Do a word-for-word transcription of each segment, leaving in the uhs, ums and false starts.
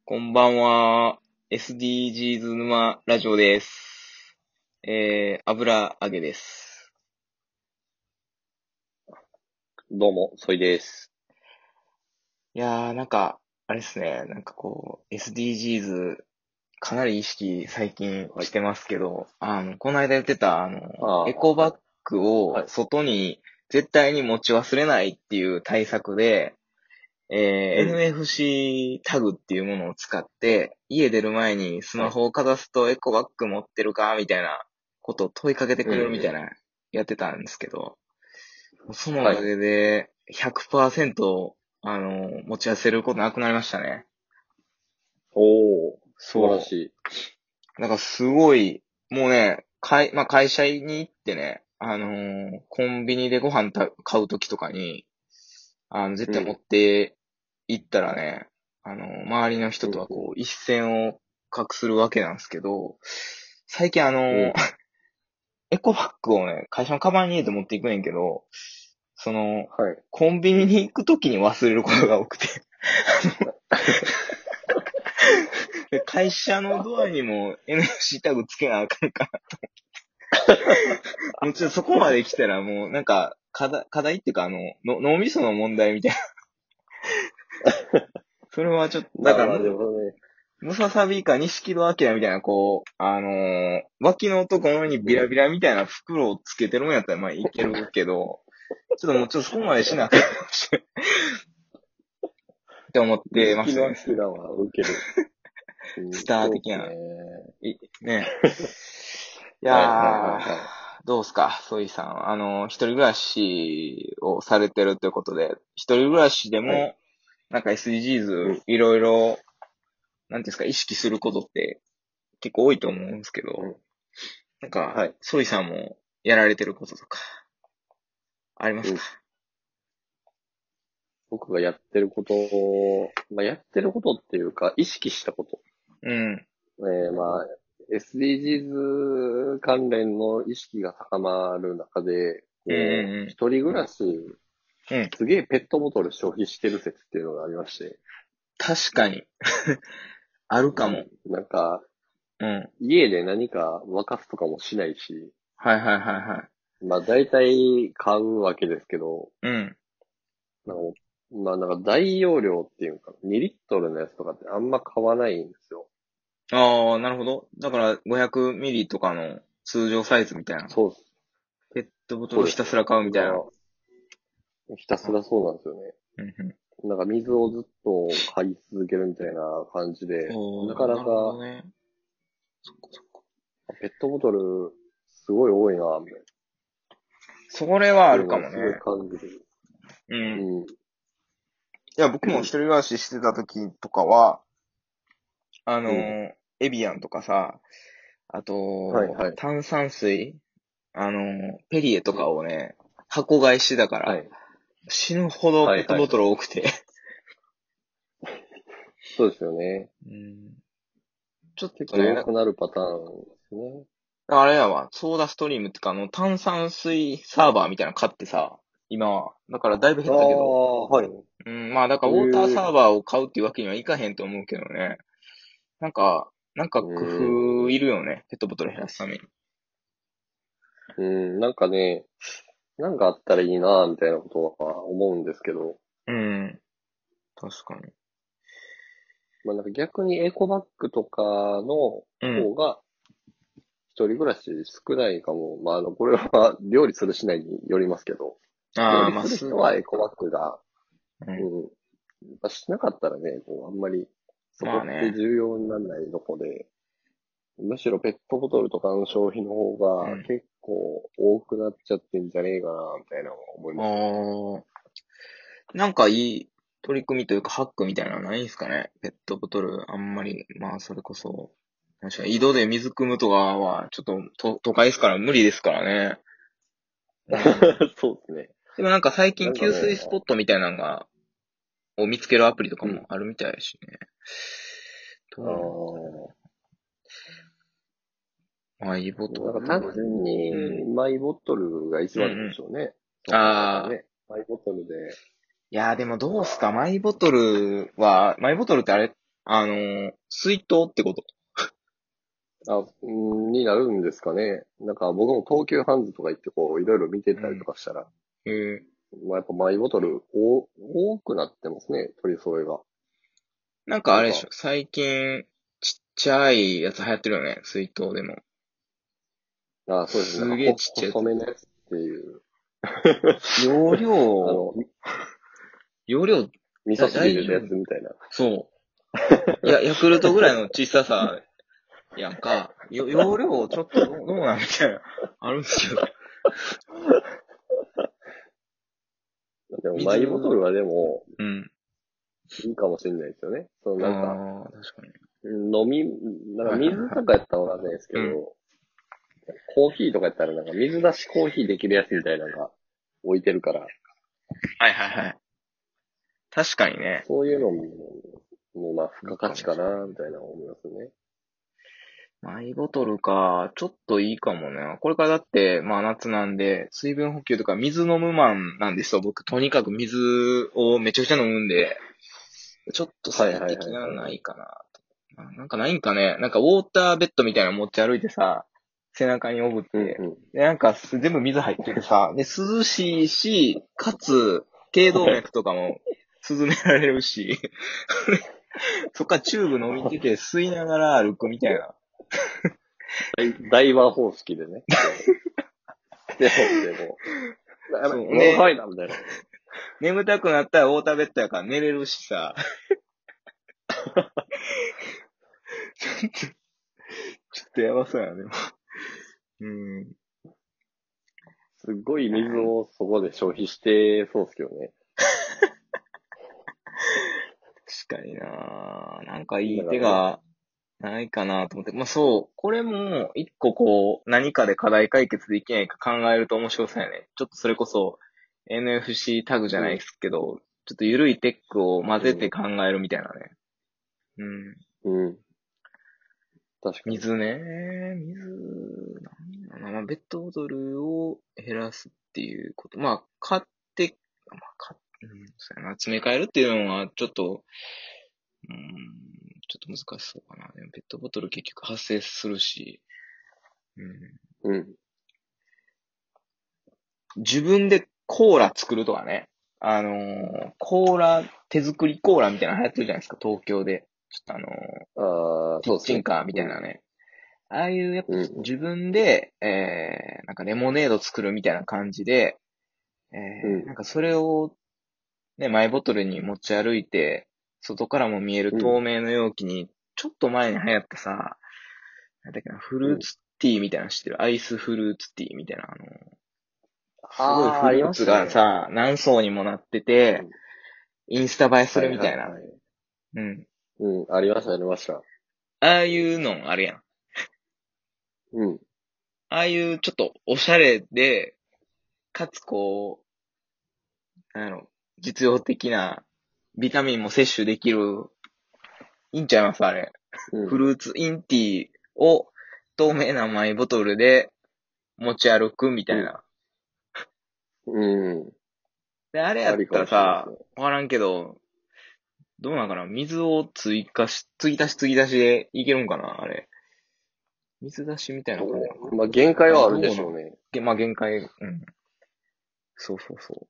こんばんは。エスディージーズ 沼ラジオです。えー、油揚げです。 どうも、ソイです。 いやー、なんか、あれですね。なんかこう、エスディージーズ かなり意識最近はい。 してますけど、あの、この間言ってた、あの、 ああ、 エコバッグをはい。 外に絶対に持ち忘れないっていう対策で、えー、 うん。 エヌエフシー タグっていうものを使って、家出る前にスはい。 マホをかざすとエコバッグ持ってるかみたいなことを問いかけてくれるみたいうん。 な、やってたんですけど、そのおはい。 かげでひゃくパーセント、あの、持ち合わせることなくなりましたね。 おー、素晴らしそい。 う。なんかすごい、もうね、会、まあ、会社に行ってね、あのーコンビニでご飯た買うときとかに、あの、絶対持っうん。 て行ったらね、あの、周りの人うん。うん。 とはこう、一線を画するわけなんですけど、最近あの、 うん。 エコバッグをね、会社のカバンに入れて持っていくねんけど、その、 はい。 コンビニに行くときに忘れることが多くて、で会社のドアにも エヌエフシー タグつけなあかんかな。もちろんそこまで来たらもう、なんか、課題、課題っていうかあの、の脳みその問題みたいな。それはちょっと、だまあまあ、でからむ、 もね。 ムササビか錦戸明みたいな、こう、あのー脇のところにビラうん。 ビラみたいな袋をつけてるんやったら、まあいけるけど、ちょっともうちょっとそこまでしなあかんかもしれんって思ってま錦のすね。 明は受ける。うん、 スターそうですね。 的な。いね。いはいはいはやー、 いはい。 どうすか、ソイさん。あの、一人暮らしをされてるということで、一人暮らしではい。 も、なんか エスディージーズうん。 いろいろ、なんていうんですか、意識することって結構多いと思うんですけど、 うん。 なんか、 はい。 ソイさんもやられてることとか、ありますか？ うん。僕がやってることを、まあ、やってることっていうか、意識したこと。 うん。 えー、まあ、エスディージーズ 関連の意識が高まる中で、 うんこう、 う一人暮らし、 んうん。うん。 すげえペットボトル消費してる説っていうのがありまして、 確かに。あるかも。 うん、なんか、 うん。 家で何か沸かすとかもしないし、 はいはいはいはい。 まあ大体買うわけですけど、 うん。 なんかまあなんか大容量っていうか、にリットルのやつとかってあんま買わないんですよ。 ああ、なるほど。だから、ごひゃくミリとかの通常サイズみたいな。 そう、 ペットボトそうですね。 ルひたすら買うみたいな。 だから、ひたすらそうなんですよね。 うんうん。 なんか水をずっと買い続けるみたいな感じで、なかおー、なるほなかどね。そっかそっか。 ペットボトルすごい多いな、みたいな。っそれはあているかもね。 うのをすごい感じる。 うん。 うん。 いや、僕も一人暮らししてた時とかは、あのうん。 ーエビアンとかさ、あと、 はいはい。 炭酸水、あのーペリエとうん。 かをね、箱買いしてたから、 はい。 死ぬほどはいはい。 ペットボトル多くて。 そうですよね。 うん。ちょっとね、 結構多だくなるパターンですね。 あれやわ、ソーダストリームってか、あの、炭酸水サーバーみたいなの買ってさ、今は。だからだいぶ減あったけど、 あ、はい。 うん、まあ、だかえらウォーターえ、 サーバーを買うっていうわけにはいかへんと思うけどね。なんか、なんかう工夫いん。 るよね。ペットボトル減らすために。 うん。なんかね、なんかあったらいいな、みたいなことは思うんですけど、 うん。確かに。 まあなんか逆にエコバッグとかのうん。 方が一人暮らし少ないかも。まああの、これは料理するしないによりますけど、料ああ、 理まあ、 する人スーパーはエコバとか。 ッグが、 うん。 うん。やっぱしなかったらね、こうあんまりそこってまあね。 重要にならないとこで、むしろペットボトルとかの消費の方がうん。 結構多くなっちゃってんじゃねえかな、みたいなのは思いますね。 ああ、なんかいい取り組みというかハックみたいなのないんすかね。ペットボトル、あんまり、まあ、それこそ。確かに井戸で水汲むとかは、ちょっと、と、都会ですから無理ですからね。うん。 そうですね。 でもなんか最近なんかね、 給水スポットみたいなのが、を見つけるアプリとかうん。 もあるみたいだしね。どあうなんかーな。マイボトル。 なんか単純うん。 にマイボトルが一うんう番でん。 しょうね。そのああ。 ね、マイボトルで、 いやーでもどうすかマイボトルは、マイボトルってあれ、 あのー水筒ってこと？ あ、うんになるんですかね。なんか僕も東急ハンズとか行ってこう、いろいろ見てたりとうん。 かしたら、 えー、 まあやっぱマイボトル多多くなってますね、取り揃えが。 なんかなんか、 あれでしょ、最近、ちっちゃいやつ流行ってるよね、水筒でも。 あ、そうですね。なんかすげえほ、 ちっちゃいやつ。 細めのやつっていう、 容量、 あの、 容量、 味噌だ、 汁入れたや大丈夫？ つみたいな。 そう。いや、ヤクルトぐらいの小ささ、やんか。よ、容量ちょっとどう、どうなんみたいな、あるんですけど。 でもマイボト水、 ルはでもうん。 いいかもしれないですよね。そのなんか、 ああ、確かに。 飲み、なんかはいはいはい。 水とかやったらわかんないですけうん。 ど、コーヒーとかやったらなんか水出しコーヒーできるやつみたいなのが置いてるから、 はいはいはい。確かにね。 そういうのも、もうまあ付加価いいかも値かな、 しれない。 みたいな思いますね。 マイボトルか。ちょっといいかもね。これからだって、まあ夏なんで、水分補給とか水飲むマンなんですよ。僕、とにかく水をめちゃくちゃ飲むんで、ちょっとはいはい最適はいはい。 なのないかなと。ななんかないんかね。なんかウォーターベッドみたいなの持ち歩いてさ、背中におぶって、 うんうん。 で、なんか全部水入っててさ、で、涼しいし、かつ、頸動脈とかも涼められるし、そっからチューブ飲みてて吸いながら歩くみたいな。 ダイダイバー方式でね、こう、手を持ってもう、やばい、 そう。 喉で、 乾いたみたいな。 眠たくなったらウォーターベッドやから寝れるしさ、ちょっとやばそうやね。うん。 すっごい水をそこで消費してそうですけどね。 確かにななんかいいだから、 手がないかなと思って。まあそう、これも一個こう、何かで課題解決できないか考えると面白そうやね。ちょっとそれこそ エヌエフシー タグじゃないでうん、 すけど、ちょっと緩いテックを混ぜてうん、 考えるみたいなね。うん。 うん。確かに。 水ね。水、なんだろうな。まあ、ペットボトルを減らすっていうこと。まあ、買って、まあ、買っ、うん、そうやな。詰め替えるっていうのは、ちょっと、うん、ちょっと難しそうかな。でもペットボトル結局発生するし、うん、 うん。 自分でコーラ作るとかね。あのーコーラ、手作りコーラみたいなの流行ってるじゃないですか、東京で。ちょっとあのーああ、 キッそうですね。 チンカーみたうん、 いなね。ああいう、やっぱうん、 自分で、えー、なんかレモネード作るみたいな感じで、えー、なんうん、 かそれをね、マイボトルに持ち歩いて、外からも見えるうん、 透明の容器に、ちょっと前に流行ったさ、なんだっけな、フうん。 ルーツティーみたいなの知ってる？アイスフルーツティーみたいな、あの、すごいああ、ありフルーツましたね。 がさ、何層にもなってて、 うん。 インスタ映えすはいるみたいな。 はいはい。 うん。 うん、ありました、ありました。 ああいうのあるやん。 うん、 ああいうちょっとおしゃれで、かつこう、なんやろ、実用的なビタミンも摂取できる、いいんちゃいますあれ？ うん、 フルーツインティーを透明なマイボトルで持ち歩くみたうん、 いな。 うん。 で、あれやったありかもらさ、 しれないですね。 わからんけど、どうなんかな水を追加し、継ぎ足し継ぎ足しでいけるんかなあれ。水出しみたいなど感じなのかう、まあ、限界な。あ、 はあるどうなんでしょうね。 げまあ、限界、うん。そうそうそう。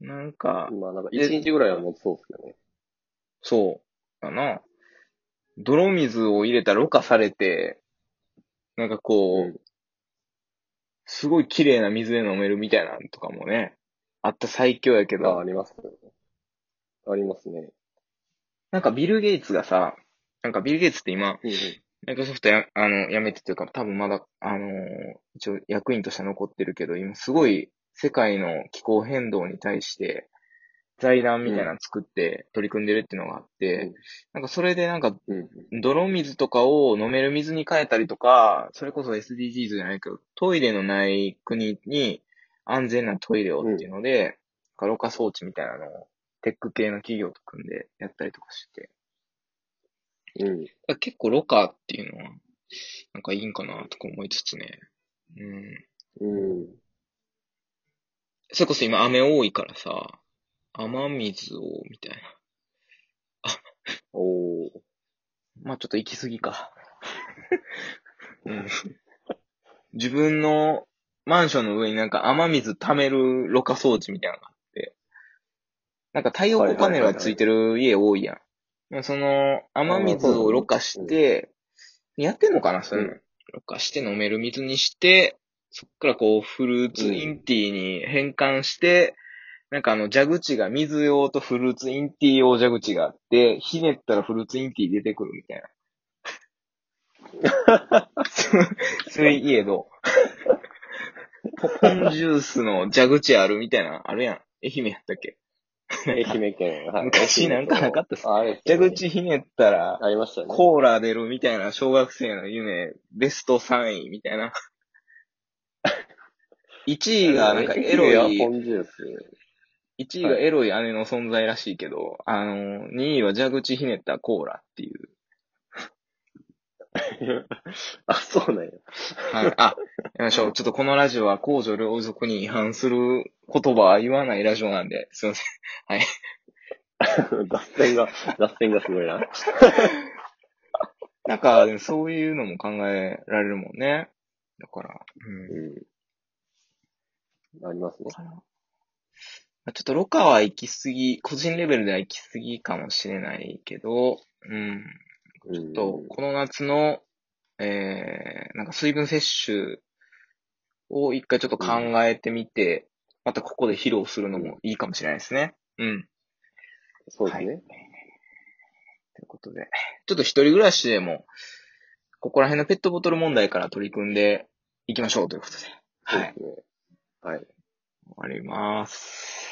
なんか、 まあ、なんか一で、 日ぐらいは持つそうですけどね。 そう、かな。泥水を入れたらろ過されて、なんかこう、 うん。 すごい綺麗な水で飲めるみたいなのとかもね、あった最強やけあ、 ど、 ありますね。ありますね。 なんかビル・ゲイツがさ、なんかビル・ゲイツって今、 うん、 マイクロソフトや、あの、辞めてというか、多分まだ、あのー一応役員として残ってるけど、今すごい世界の気候変動に対して財団みうん、 たいなの作って取り組んでるっていうのがあって、 うん、 なんかそれでなんか、 うん、 泥水とかを飲める水に変えたりとか、それこそ エスディージーズ じゃないけど、トイレのない国に安全なトイレをうん、 っていうので、ろ過装置みたいなのをテック系の企業と組んでやったりとかして、 うん、 結構ろ過っていうのは、なんかいいんかなとか思いつつね。うん。 うん。 それこそ今雨多いからさ、雨水を、みたいな。あ、 おー。 まあちょっと行き過ぎか。うん、自分のマンションの上になんか雨水溜めるろ過装置みたいなのがあって、なんか太陽光パネルがついてる家多いやん。その雨ああ、 水そうなの？ をろ過して、やってんのかなそういうの。 うん。 ろ過して飲める水にして、そっからこうフルーツイうん。 ンティーに変換して、なんかあの蛇口が水用とフルーツインティー用蛇口があって、ひねったらフルーツインティー出てくるみたいな。そういう家どポ、ポンジュースの蛇口あるみたいな、あるやん。愛媛やったっけ？なん愛か、 媛県、はい。愛媛昔なんかなかと、 ったっす。 あ、あれですよ蛇ね。 口ひねったら、 ありましたね。 コーラ出るみたいな小学生の夢、ベストさんいみたいな。いちいがなんか愛エロい、 媛はポンジュース。 いちいがはい。 エロい姉の存在らしいけど、あの、にいは蛇口ひねったコーラっていう。 あ、そうなんや。 はい。あ、やめましょう。ちょっとこのラジオは公序良俗に違反する言葉は言わないラジオなんで、すいません。はい。 脱線が、脱線がすごいな。 なんか、でもそういうのも考えられるもんね。だから、うん。 うん。ありますね。 かな。ちょっとロカは行き過ぎ、個人レベルでは行き過ぎかもしれないけど、うん。 うちょっと、 ん。 この夏の、えー、なんか水分摂取を一回ちょっと考うん。 えてみて、またここで披露するのうん。 もいいかもしれないですね。うん。はい。 そうですね。 ということで、ちょっと一人暮らしでも、ここら辺のペットボトル問題から取り組んでいきましょうということで。はい。 そうですね。はい。 終わります。